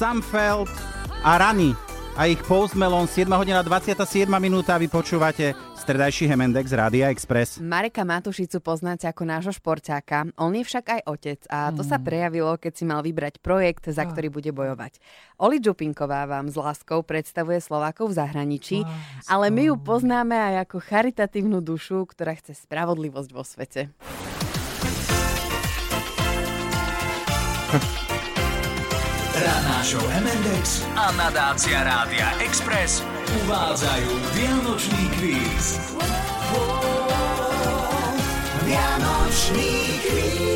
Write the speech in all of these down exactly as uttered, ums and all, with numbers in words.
Sumfeld a Rany a ich Post Malone. siedma hodina dvadsiata siedma minúta. Vy počúvate stredajší Hemendex z Rádia Express. Mareka Matušicu poznáte ako nášho športáka. On je však aj otec a to sa prejavilo, keď si mal vybrať projekt, za ktorý bude bojovať. Oli Čupinková vám s láskou predstavuje Slovákov v zahraničí, ale my ju poznáme aj ako charitatívnu dušu, ktorá chce spravodlivosť vo svete. Ranná show Hemendex a nadácia Rádia Express uvádzajú Vianočný kvíz. Vianočný kvíz.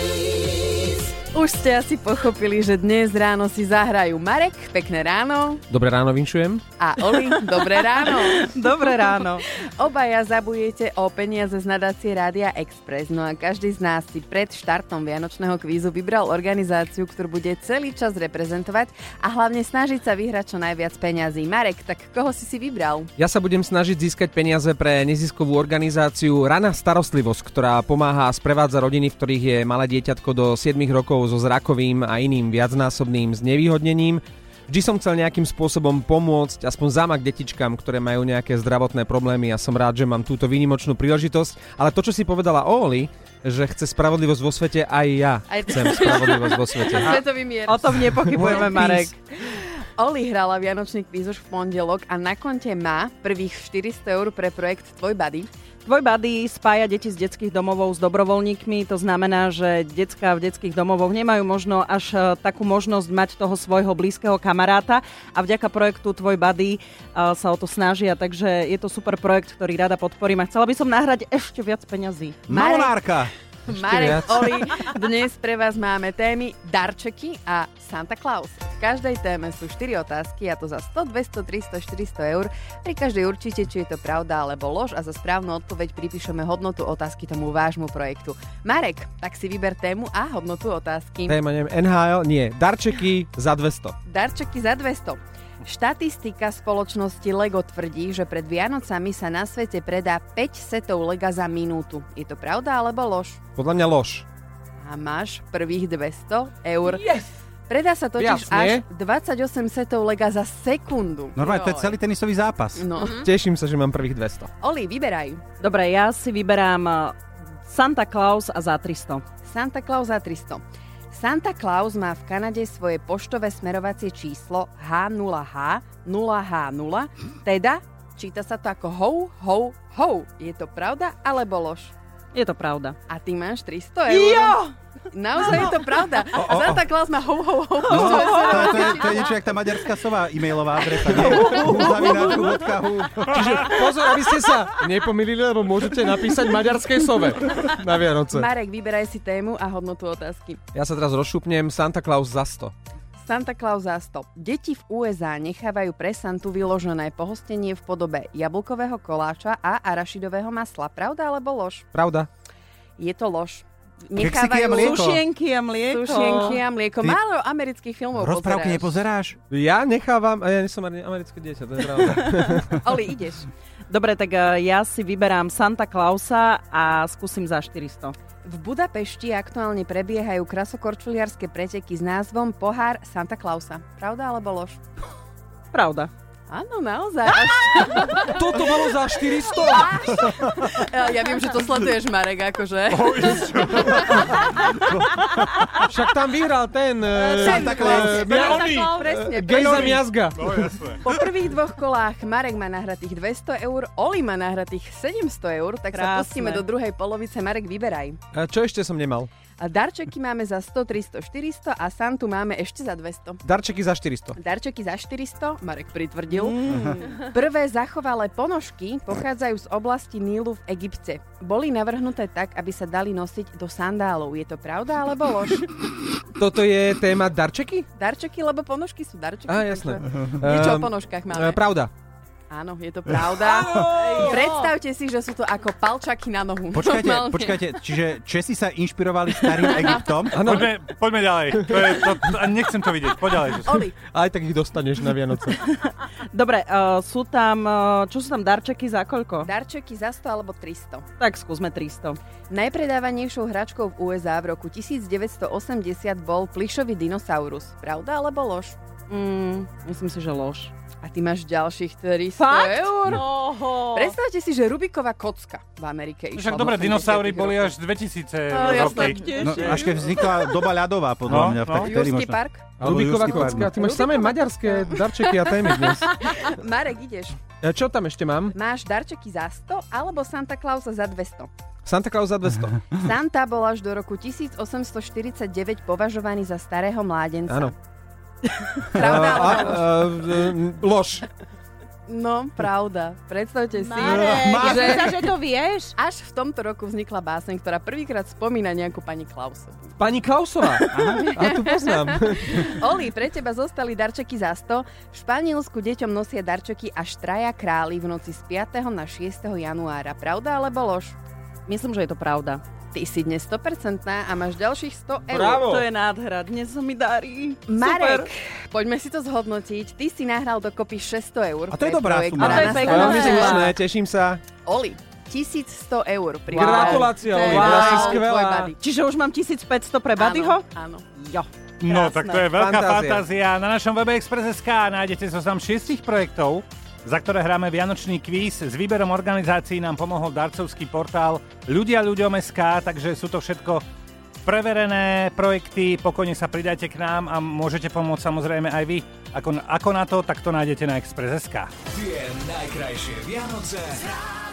Už ste asi pochopili, že dnes ráno si zahrajú Marek, pekné ráno. Dobré ráno, vinšujem. A Oli, dobré ráno. Dobré ráno. Obaja zabujete o peniaze z nadácie Rádia Express. No a každý z nás si pred štartom Vianočného kvízu vybral organizáciu, ktorú bude celý čas reprezentovať a hlavne snažiť sa vyhrať čo najviac peňazí. Marek, tak koho si si vybral? Ja sa budem snažiť získať peniaze pre neziskovú organizáciu Rana starostlivosť, ktorá pomáha a sprevádza rodiny, v ktorých je malé dieťatko do siedmich rokov so zrakovým a iným viacnásobným znevýhodnením. Vždy som chcel nejakým spôsobom pomôcť aspoň zamak detičkám, ktoré majú nejaké zdravotné problémy a som rád, že mám túto výnimočnú príležitosť. Ale to, čo si povedala o Oli, že chce spravodlivosť vo svete, aj ja Aj chcem spravodlivosť vo svete. Svetový mier. O tom nepochybujeme, Marek. Oli hrala Vianočný kvíz už v pondelok a na konte má prvých štyristo eur pre projekt Tvoj buddy. Tvoj buddy spája deti z detských domovov s dobrovoľníkmi. To znamená, že decká v detských domovoch nemajú možno až takú možnosť mať toho svojho blízkeho kamaráta a vďaka projektu Tvoj buddy sa o to snažia, takže je to super projekt, ktorý rada podporím a chcela by som nahrať ešte viac peňazí. Malonárka! Marek, Oli, dnes pre vás máme témy darčeky a Santa Claus. V každej téme sú štyri otázky a to za sto, dvesto, tristo, štyristo eur. Pri každej určite, či je to pravda alebo lož a za správnu odpoveď pripíšeme hodnotu otázky tomu vášmu projektu. Marek, tak si vyber tému a hodnotu otázky. Téma, neviem, en há el, nie, darčeky za dvesto. Darčeky za dvesto. Štatistika spoločnosti LEGO tvrdí, že pred Vianocami sa na svete predá päť setov Lega za minútu. Je to pravda alebo lož? Podľa mňa lož. A máš prvých dvesto eur. Yes! Predá sa totiž Jasne. až dvadsaťosem setov Lega za sekundu. Normálne, to je celý tenisový zápas. No. Teším sa, že mám prvých dvesto. Oli, vyberaj. Dobre, ja si vyberám Santa Claus a za tristo. Santa Claus za tristo. Santa Claus má v Kanade svoje poštové smerovacie číslo há nula há nula há nula, teda číta sa to ako hou, hou, hou. Je to pravda alebo lož? Je to pravda. A ty máš tristo eur. Jo! Naozaj je to pravda. Santa Claus má hou, hou, hou. No, to, to, je, to je niečo, jak tá maďarská sova, e-mailová adresa, nie? Zavináčku bodka hu. Čiže pozor, aby ste sa nepomýlili, lebo môžete napísať maďarskej sove na Vianoce. Marek, vyberaj si tému a hodnotu otázky. Ja sa teraz rozšupnem, Santa Claus za sto. Santa Claus za sto. Deti v ú es á nechávajú pre Santu vyložené pohostenie v podobe jablkového koláča a arašidového masla. Pravda alebo lož? Pravda. Je to lož. Keksiky a mlieko. Sušienky a mlieko. Sušienky a mlieko. Ty Málo amerických filmov Rozprávky pozeráš. nepozeráš? Ja nechávam, a ja som americké dieťa, to je pravda. Oli, ideš. Dobre, tak ja si vyberám Santa Clausa a skúsim za štyristo. V Budapešti aktuálne prebiehajú krasokorčuliarske preteky s názvom Pohár Santa Clausa. Pravda alebo lož? Pravda. Áno, naozaj. Toto bolo za štyristo? Ja viem, že to sleduješ, Marek, akože. Však tam vyhral ten... Santa Claus. Presne. Gejza Miazga. Po prvých dvoch kolách Marek má nahratých dvesto eur, Oli má nahratých sedemsto eur, tak sa Krásne. pustíme do druhej polovice. Marek, vyberaj. A čo ešte som nemal? A darčeky máme za sto, tristo, štyristo a Santu máme ešte za dvesto. Darčeky za štyristo. Darčeky za štyristo, Marek pritvrdil. Mm. Prvé zachovalé ponožky pochádzajú z oblasti Nílu v Egypte. Boli navrhnuté tak, aby sa dali nosiť do sandálov. Je to pravda alebo lož? Toto je téma darčeky? Darčeky, lebo ponožky sú darčeky. Á, jasné. takže Niečo o Um, ponožkách E, máme. Pravda. Áno, je to pravda. Predstavte si, že sú to ako palčaky na nohu. Počkajte, Normálne. počkajte, čiže Česi sa inšpirovali starým Egyptom? Ano. Poďme, poďme ďalej. To je, to, to, nechcem to vidieť. Poď ďalej. Oli. Aj tak ich dostaneš na Vianoce. Dobre, uh, sú tam, uh, čo sú tam darčeky za koľko? Darčeky za sto alebo tristo. Tak skúsme tristo. Najpredávanejšou hračkou v ú es á v roku devätnásťstoosemdesiat bol plyšový dinosaurus. Pravda alebo lož? Mm, myslím si, že lož. A ty máš ďalších tristo Fakt? eur. Oho. Predstavte si, že Rubiková kocka v Amerike išla. Však v dobre, osemdesiatych dinosaury boli rokoch. až dvetisíc No, jasné. roky. No, až keď vznikla doba ľadová, podľa No, mňa. no. Tak vtedy Jurský možno... park? Alebo Rubiková Jurský park, kocka, no. ty máš samé maďarské darčeky a témy dnes. Marek, ideš. A čo tam ešte mám? Máš darčeky za sto alebo Santa Clausa za dvesto. Santa Claus za dvesto. Santa bol až do roku tisícosemstoštyridsaťdeväť považovaný za starého mládenca. Áno. Pravda? A, a, alebo lož? a, lož. No, pravda. Predstavte si, Marek, že sa, že to vieš? až v tomto roku vznikla báseň, ktorá prvýkrát spomína nejakú pani Klausovú. Pani Klausová. A tu poznám. Oli, pre teba zostali darčeky za sto. V Španielsku deťom nosia darčeky až traja králi v noci z piateho na šiesteho januára. Pravda alebo lož? Myslím, že je to pravda. Ty si dnes sto percent a máš ďalších sto eur. Bravo. To je nádhera, dnes sa mi darí. Marek, Super. poďme si to zhodnotiť. Ty si nahral dokopy šesťsto eur. A to je dobrá projekt suma. A to je Rana pekné. Starostlivosti. Veľmi slušné, teším sa. Oli, tisícsto eur. Pri Gratulácia, Oli, Oli, wow, bola si tvoj skvelá. buddy. Čiže už mám tisícpäťsto pre Buddyho? Áno, áno. Jo. No, Krásne. tak to je veľká Fantázia. fantázia. Na našom webe Express bodka es ká nájdete zoznam šiestich projektov, za ktoré hráme vianočný kvíz. S výberom organizácií nám pomohol darcovský portál ľudia ľuďom bodka es ká, takže sú to všetko preverené projekty. Pokojne sa pridajte k nám a môžete pomôcť samozrejme aj vy. Ako, ako na to, tak to nájdete na Express bodka es ká. Tie najkrajšie Vianoce